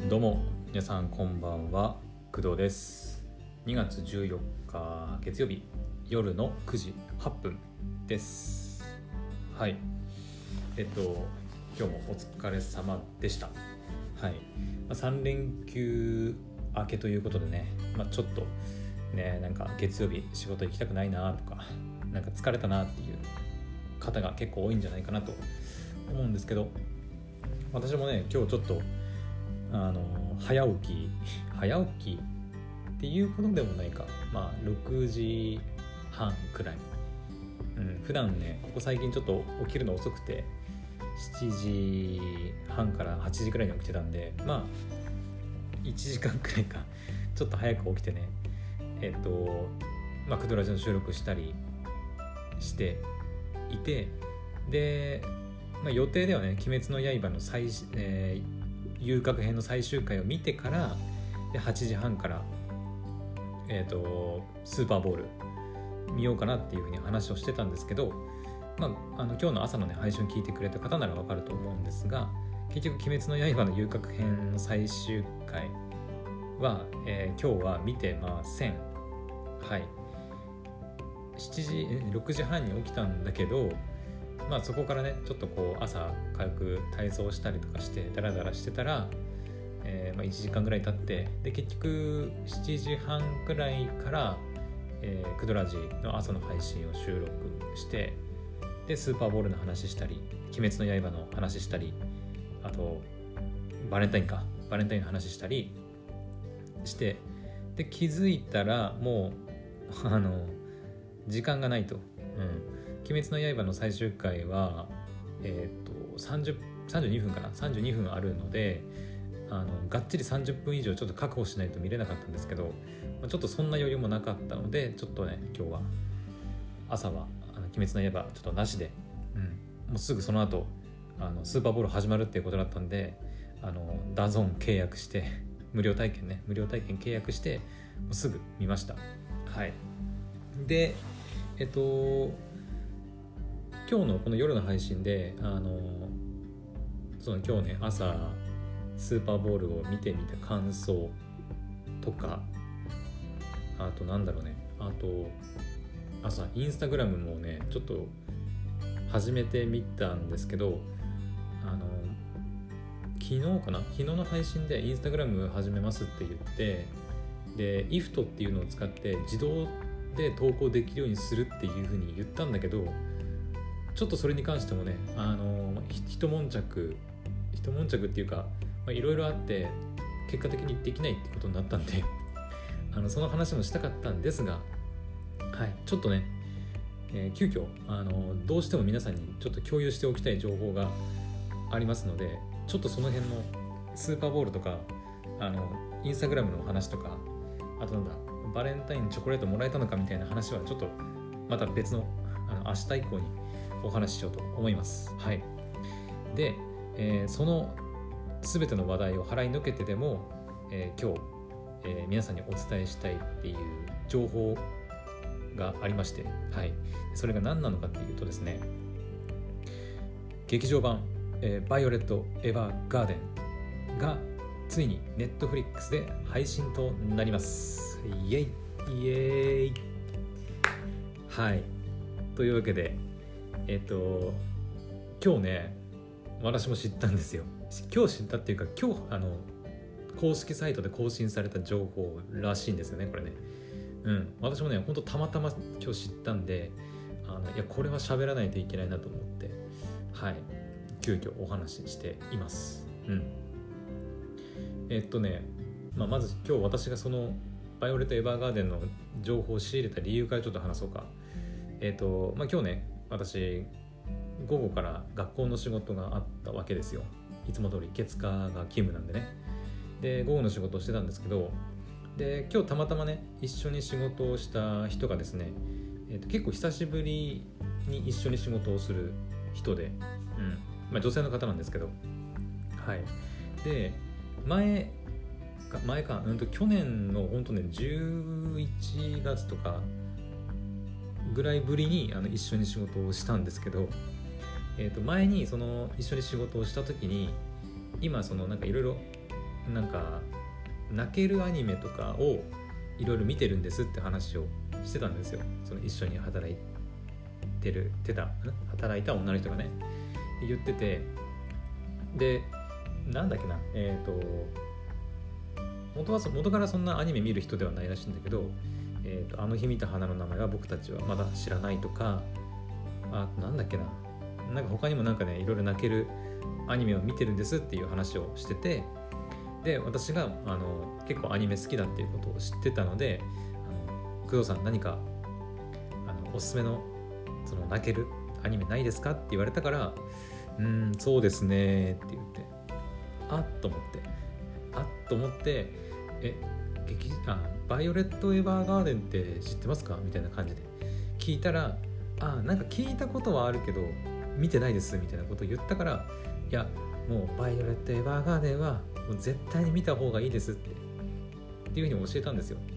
どうも皆さんこんばんは、工藤です。2月14日月曜日夜の9時8分です。はい、今日もお疲れ様でした。はい、3連休明けということでね、ちょっとね、なんか月曜日仕事行きたくないなとか、なんか疲れたなっていう方が結構多いんじゃないかなと思うんですけど、私もね今日ちょっと早起きっていうことでもないか、6時半くらい、普段ねここ最近ちょっと起きるの遅くて7時半から8時くらいに起きてたんで、1時間くらいかちょっと早く起きてね、クドラジの収録したりしていて、で、予定ではね鬼滅の刃の遊郭編の最終回を見てからで8時半から、スーパーボール見ようかなっていうふうに話をしてたんですけど、今日の朝のね配信を聞いてくれた方ならわかると思うんですが、結局鬼滅の刃の遊郭編の最終回は、今日は見てません。はい、6時半に起きたんだけど、そこからねちょっとこう朝軽く体操したりとかしてダラダラしてたら、1時間ぐらい経って、で結局7時半くらいから、クドラジの朝の配信を収録して、でスーパーボールの話したり鬼滅の刃の話したり、あとバレンタインの話したりして、で気づいたらもう時間がないと。鬼滅の刃の最終回は、32分かな32分あるので、がっちり30分以上ちょっと確保しないと見れなかったんですけど、ちょっとそんな余裕もなかったので、ちょっとね今日は朝は鬼滅の刃ちょっとなしで、もうすぐその後スーパーボール始まるっていうことだったんで、ダゾーン契約して無料体験契約してもうすぐ見ました。はい。で今日のこの夜の配信でその今日ね朝スーパーボールを見てみた感想とか、あと朝インスタグラムもねちょっと始めてみたんですけど、昨日の配信でインスタグラム始めますって言って、で IFT っていうのを使って自動で投稿できるようにするっていう風に言ったんだけど、ちょっとそれに関してもね一悶着っていうか、いろいろあって結果的にできないってことになったんでその話もしたかったんですが、ちょっとね、急遽どうしても皆さんにちょっと共有しておきたい情報がありますので、ちょっとその辺のスーパーボールとかインスタグラムの話とか、あとバレンタインチョコレートもらえたのかみたいな話はちょっとまた別の明日以降にお話ししようと思います。はい。で、その全ての話題を払いのけてでも、今日、皆さんにお伝えしたいっていう情報がありまして、はい。それが何なのかっていうとですね、劇場版、バイオレット・エヴァーガーデンがついにネットフリックスで配信となります。イエイはい。というわけで今日ね私も知ったんですよ。今日知ったっていうか、今日公式サイトで更新された情報らしいんですよね、これね。私もね本当たまたま今日知ったんで、いやこれは喋らないといけないなと思って、はい、急遽お話ししています。まず今日私がそのバイオレット・エヴァーガーデンの情報を仕入れた理由からちょっと話そうか。今日ね私午後から学校の仕事があったわけですよ。いつも通り月火が勤務なんでね。で午後の仕事をしてたんですけど、で今日たまたまね一緒に仕事をした人がですね、結構久しぶりに一緒に仕事をする人で、女性の方なんですけど、はい。で去年の本当ね11月とかぐらいぶりに一緒に仕事をしたんですけど、前にその一緒に仕事をした時に今そのなんかいろいろなんか泣けるアニメとかをいろいろ見てるんですって話をしてたんですよ。その一緒に働いた女の人がね言ってて、でなんだっけな元からそんなアニメ見る人ではないらしいんだけど、あの日見た花の名前は僕たちはまだ知らないとか、なんだっけな、なんか他にもなんかねいろいろ泣けるアニメを見てるんですっていう話をしてて、で私が結構アニメ好きだっていうことを知ってたので、工藤さん何かおすすめのその泣けるアニメないですかって言われたから、そうですねって言って、あっと思ってバイオレット・エヴァーガーデンって知ってますかみたいな感じで聞いたら、なんか聞いたことはあるけど見てないですみたいなことを言ったから、いやもうバイオレット・エヴァーガーデンはもう絶対に見た方がいいですっていうふうに教えたんですよ。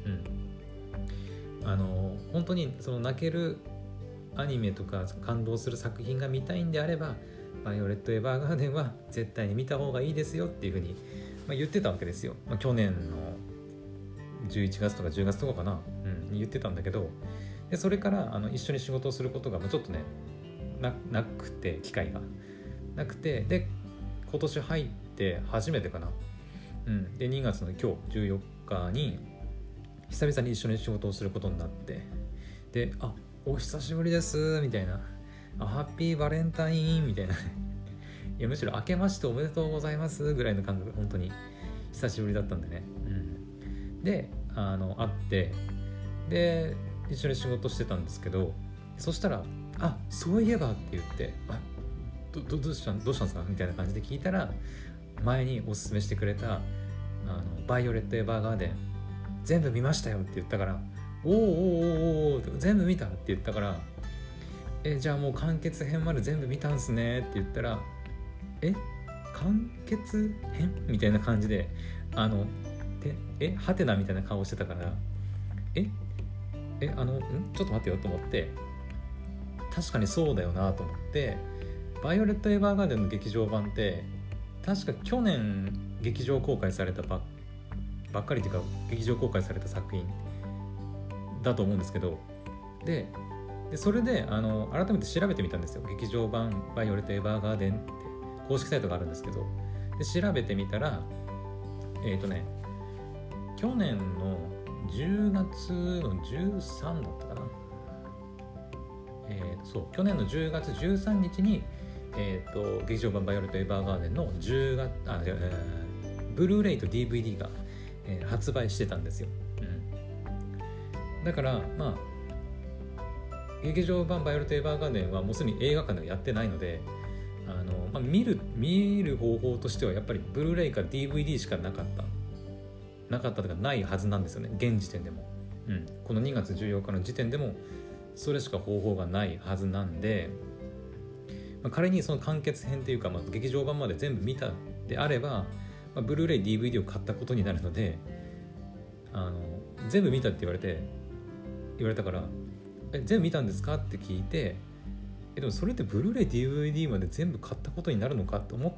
本当にその泣けるアニメとか感動する作品が見たいんであれば、バイオレット・エヴァーガーデンは絶対に見た方がいいですよっていうふうに、言ってたわけですよ。去年の11月とか10月とかかな、言ってたんだけど、でそれから一緒に仕事をすることがちょっとね なくて、機会がなくて、で今年入って初めてかな、で2月の今日14日に久々に一緒に仕事をすることになって、でお久しぶりですみたいな、ハッピーバレンタインみたいな、いやむしろ明けましておめでとうございますぐらいの感覚、本当に久しぶりだったんでね、で会って、で一緒に仕事してたんですけど、そしたらそういえばって言って、どうしたんですかみたいな感じで聞いたら、前におすすめしてくれたバイオレット・エヴァーガーデン全部見ましたよって言ったから、お全部見たって言ったから、じゃあもう完結編まで全部見たんすねって言ったら、完結編みたいな感じではてなみたいな顔してたから、ちょっと待ってよと思って、確かにそうだよなと思って、バイオレット・エヴァーガーデンの劇場版って確か去年劇場公開されたばっかりというか、劇場公開された作品だと思うんですけど、でそれで改めて調べてみたんですよ。劇場版バイオレット・エヴァーガーデンって公式サイトがあるんですけど、で調べてみたら去年の10月の13だったかな、去年の10月13日に劇場版バイオレット・エヴァーガーデンのブルーレイと DVD が、発売してたんですよ。だから劇場版バイオレット・エヴァーガーデンはもうすでに映画館ではやってないので、見る方法としてはやっぱりブルーレイか DVD しかなかったとかないはずなんですよね、現時点でも。この2月14日の時点でもそれしか方法がないはずなんで、仮にその完結編というか、劇場版まで全部見たであれば、ブルーレイ DVD を買ったことになるので、全部見たって言われたから、全部見たんですかって聞いて、でもそれってブルーレイ DVD まで全部買ったことになるのかと思って、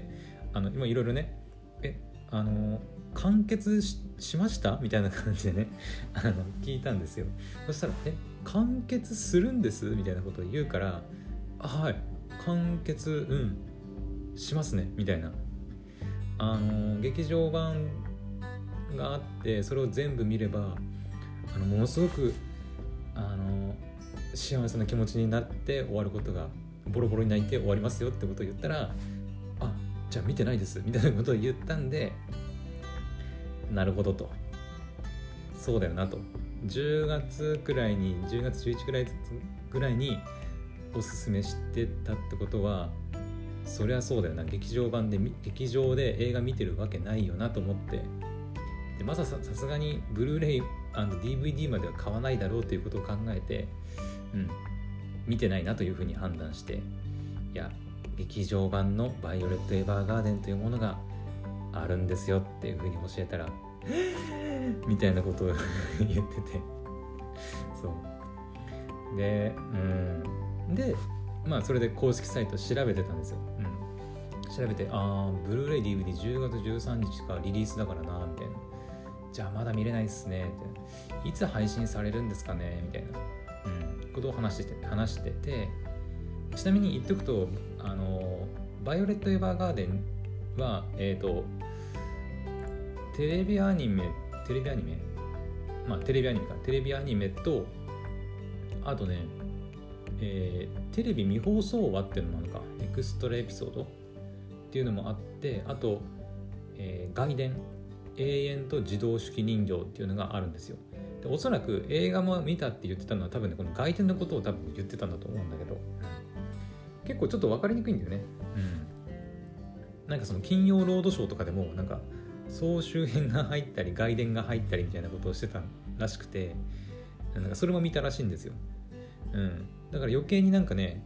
今いろいろね完結 しましたみたいな感じでね聞いたんですよ。そしたら完結するんですみたいなことを言うから、はい完結しますねみたいな、劇場版があって、それを全部見ればものすごく幸せな気持ちになって終わることが、ボロボロに泣いて終わりますよってことを言ったら、じゃあ見てないですみたいなことを言ったんで、なるほどと、そうだよなと、10月11ぐらいにおすすめしてたってことは、そりゃそうだよな、劇場で映画見てるわけないよなと思って、でさすがにブルーレイ&DVD までは買わないだろうということを考えて、見てないなというふうに判断して、いや劇場版のバイオレット・エヴァーガーデンというものがあるんですよっていうふうに教えたらみたいなことを言ってて、そうでそれで公式サイト調べてたんですよ。 調べて、ブルーレイ DVD10 月13日かリリースだからなみたいな、じゃあまだ見れないっすねみたいな、いつ配信されるんですかねみたいな、ことを話してて、ちなみに言っておくとバイオレット・エヴァーガーデンはテレビアニメと、あとねテレビ未放送話っていうのもあるのか、エクストラエピソードっていうのもあって、あと、外伝永遠と自動手記人形っていうのがあるんですよ。でおそらく映画も見たって言ってたのは多分ねこの外伝のことを多分言ってたんだと思うんだけど、結構ちょっと分かりにくいんだよね。なんかその金曜ロードショーとかでもなんか総集編が入ったり外伝が入ったりみたいなことをしてたらしくて、なんかそれも見たらしいんですよ。だから余計になんかね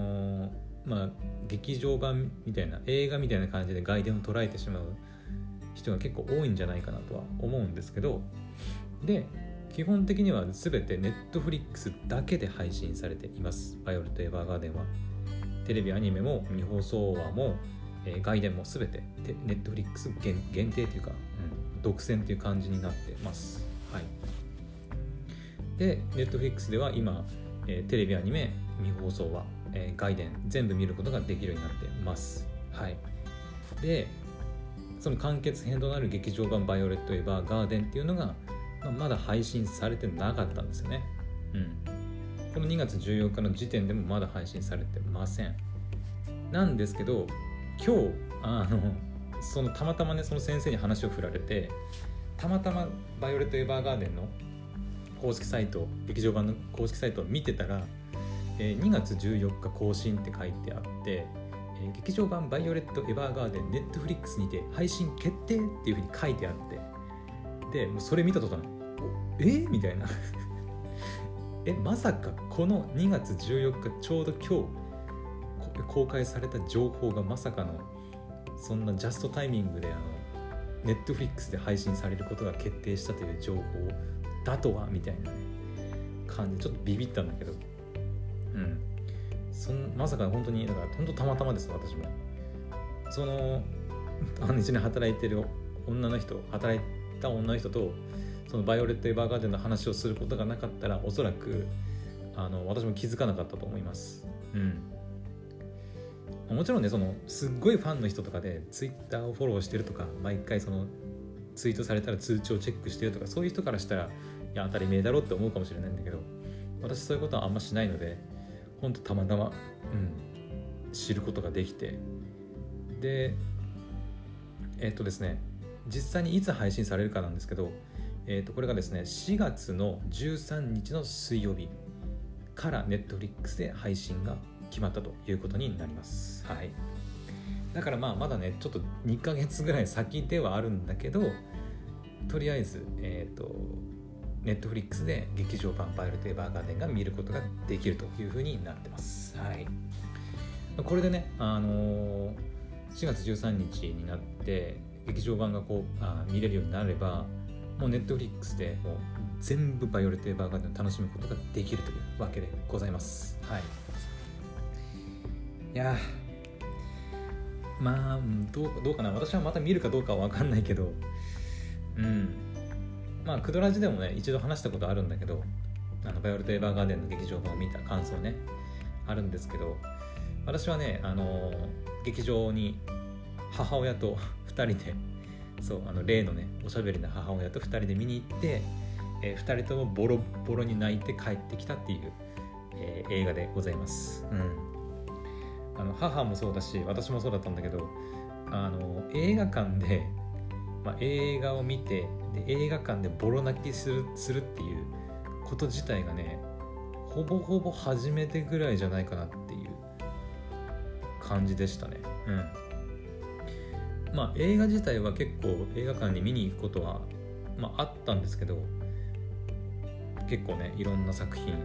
劇場版みたいな映画みたいな感じで外伝を捉えてしまう人が結構多いんじゃないかなとは思うんですけど、で基本的には全て Netflix だけで配信されています。バイオレット・エヴァーガーデンはテレビアニメも未放送話も、外伝も全て Netflix 限定というか、独占という感じになってます。はい。で Netflix では今、テレビアニメ未放送話、外伝全部見ることができるようになってます。はい。でその完結編となる劇場版バイオレット・エヴァーガーデンっていうのが、まだ配信されてなかったんですよね。この2月14日の時点でもまだ配信されてません。なんですけど今日そのたまたまねその先生に話を振られて、たまたまバイオレット・エヴァーガーデンの公式サイト、劇場版の公式サイトを見てたら、2月14日更新って書いてあって、劇場版バイオレット・エヴァーガーデン Netflix にて配信決定っていう風に書いてあって、でもうそれ見た途端みたいなまさかこの2月14日ちょうど今日公開された情報がまさかのそんなジャストタイミングでNetflix で配信されることが決定したという情報だとはみたいな、感じちょっとビビったんだけど、まさか本当にだから本当たまたまです。私もその一緒に働いてる働いた女の人とそのバイオレット・エヴァーガーデンの話をすることがなかったら、おそらく私も気づかなかったと思います。もちろんねそのすっごいファンの人とかでツイッターをフォローしてるとか、毎回そのツイートされたら通知をチェックしてるとか、そういう人からしたらいや当たり前だろって思うかもしれないんだけど、私そういうことはあんましないので、ほんとたまたま、知ることができて、でですね、実際にいつ配信されるかなんですけど、これがですね4月の13日の水曜日から Netflix で配信が決まったということになります。はい。だからまだねちょっと2ヶ月ぐらい先ではあるんだけど、とりあえずNetflix で劇場版バイオレット・エヴァーガーデンが見ることができるというふうになってます。はい。これでね4月13日になって劇場版が見れるようになれば、もう Netflix でもう全部バイオレット・エヴァーガーデンを楽しむことができるというわけでございます。はい。いやどうかな、私はまた見るかどうかは分かんないけど、クドラジでもね一度話したことあるんだけど、バイオレット・エヴァーガーデンの劇場版を見た感想ねあるんですけど、私はね劇場に母親と2人で例のねおしゃべりな母親と2人で見に行って、2人ともボロボロに泣いて帰ってきたっていう、映画でございます。母もそうだし私もそうだったんだけど、映画館で、映画を見てで映画館でボロ泣きするっていうこと自体がねほぼほぼ初めてぐらいじゃないかなっていう感じでしたね。映画自体は結構映画館に見に行くことは、あったんですけど、結構ねいろんな作品、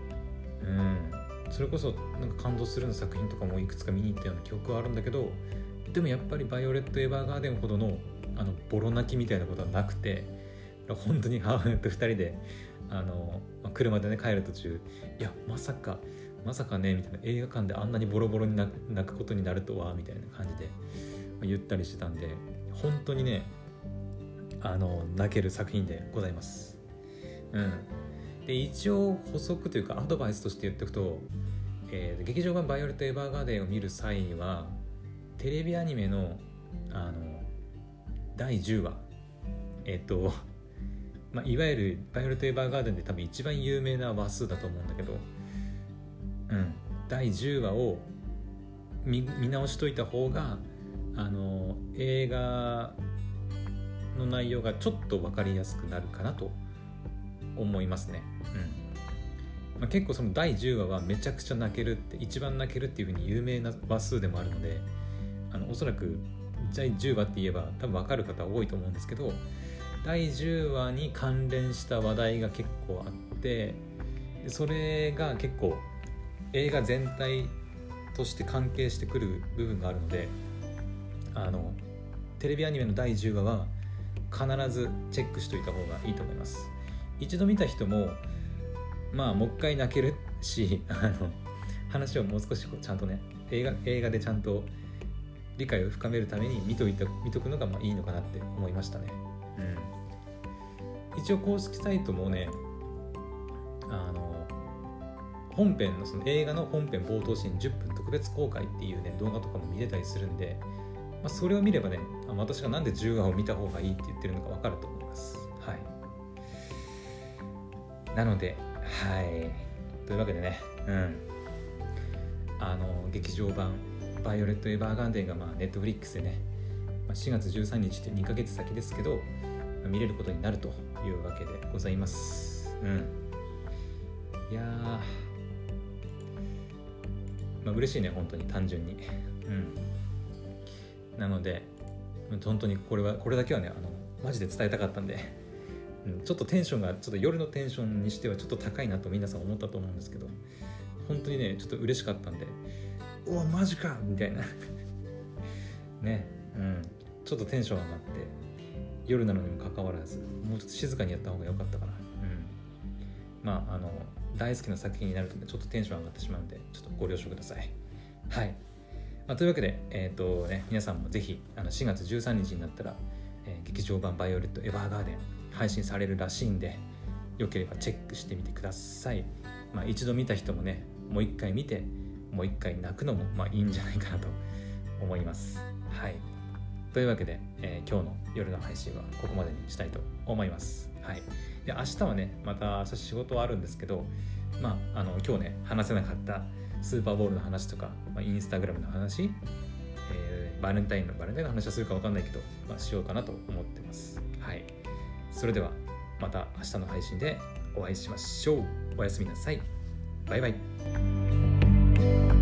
それこそなんか感動するような作品とかもいくつか見に行ったような記憶はあるんだけど、でもやっぱりバイオレット・エヴァーガーデンほどのボロ泣きみたいなことはなくて、本当に母親と2人で車でね帰る途中、いやまさかまさかねみたいな、映画館であんなにボロボロに泣くことになるとはみたいな感じで言ったりしてたんで、本当にね泣ける作品でございます。で一応補足というかアドバイスとして言っておくと、劇場版バイオレット・エヴァーガーデンを見る際にはテレビアニメの第10話いわゆるバイオレット・エヴァーガーデンで多分一番有名な話数だと思うんだけど、第10話を 見直しといた方が映画の内容がちょっと分かりやすくなるかなと思いますね。結構その第10話はめちゃくちゃ泣けるって、一番泣けるっていう風に有名な話数でもあるので、おそらく第10話って言えば多分分かる方多いと思うんですけど、第10話に関連した話題が結構あって、それが結構映画全体として関係してくる部分があるので、テレビアニメの第10話は必ずチェックしといた方がいいと思います。一度見た人ももう一回泣けるし、話をもう少しちゃんとね映画でちゃんと理解を深めるために見とくのがいいのかなって思いましたね。一応公式サイトもね本編のその映画の本編冒頭シーン10分特別公開っていうね動画とかも見れたりするんで、それを見ればね私がなんで10話を見た方がいいって言ってるのか分かると思います。なのでというわけでね、劇場版バイオレット・エヴァーガーデンがネットフリックスでね、4月13日って2ヶ月先ですけど見れることになるというわけでございます。いや嬉しいね本当に単純に。なので本当にこれだけはねマジで伝えたかったんで、ちょっとテンションがちょっと夜のテンションにしてはちょっと高いなと皆さん思ったと思うんですけど、本当にねちょっと嬉しかったんで、おおマジかみたいなね、ちょっとテンション上がって、夜なのにもかかわらずもうちょっと静かにやった方が良かったかな。大好きな作品になるとねちょっとテンション上がってしまうんでちょっとご了承ください。というわけで皆さんもぜひ4月13日になったら、劇場版バイオレット・エヴァーガーデン配信されるらしいんで、よければチェックしてみてください。一度見た人もねもう一回見てもう一回泣くのもいいんじゃないかなと思います。というわけで、今日の夜の配信はここまでにしたいと思います。で明日はねまた明日仕事はあるんですけど、今日ね話せなかったスーパーボールの話とか、インスタグラムの話、バレンタインの話はするか分かんないけど、しようかなと思ってます。それではまた明日の配信でお会いしましょう。おやすみなさい。バイバイ。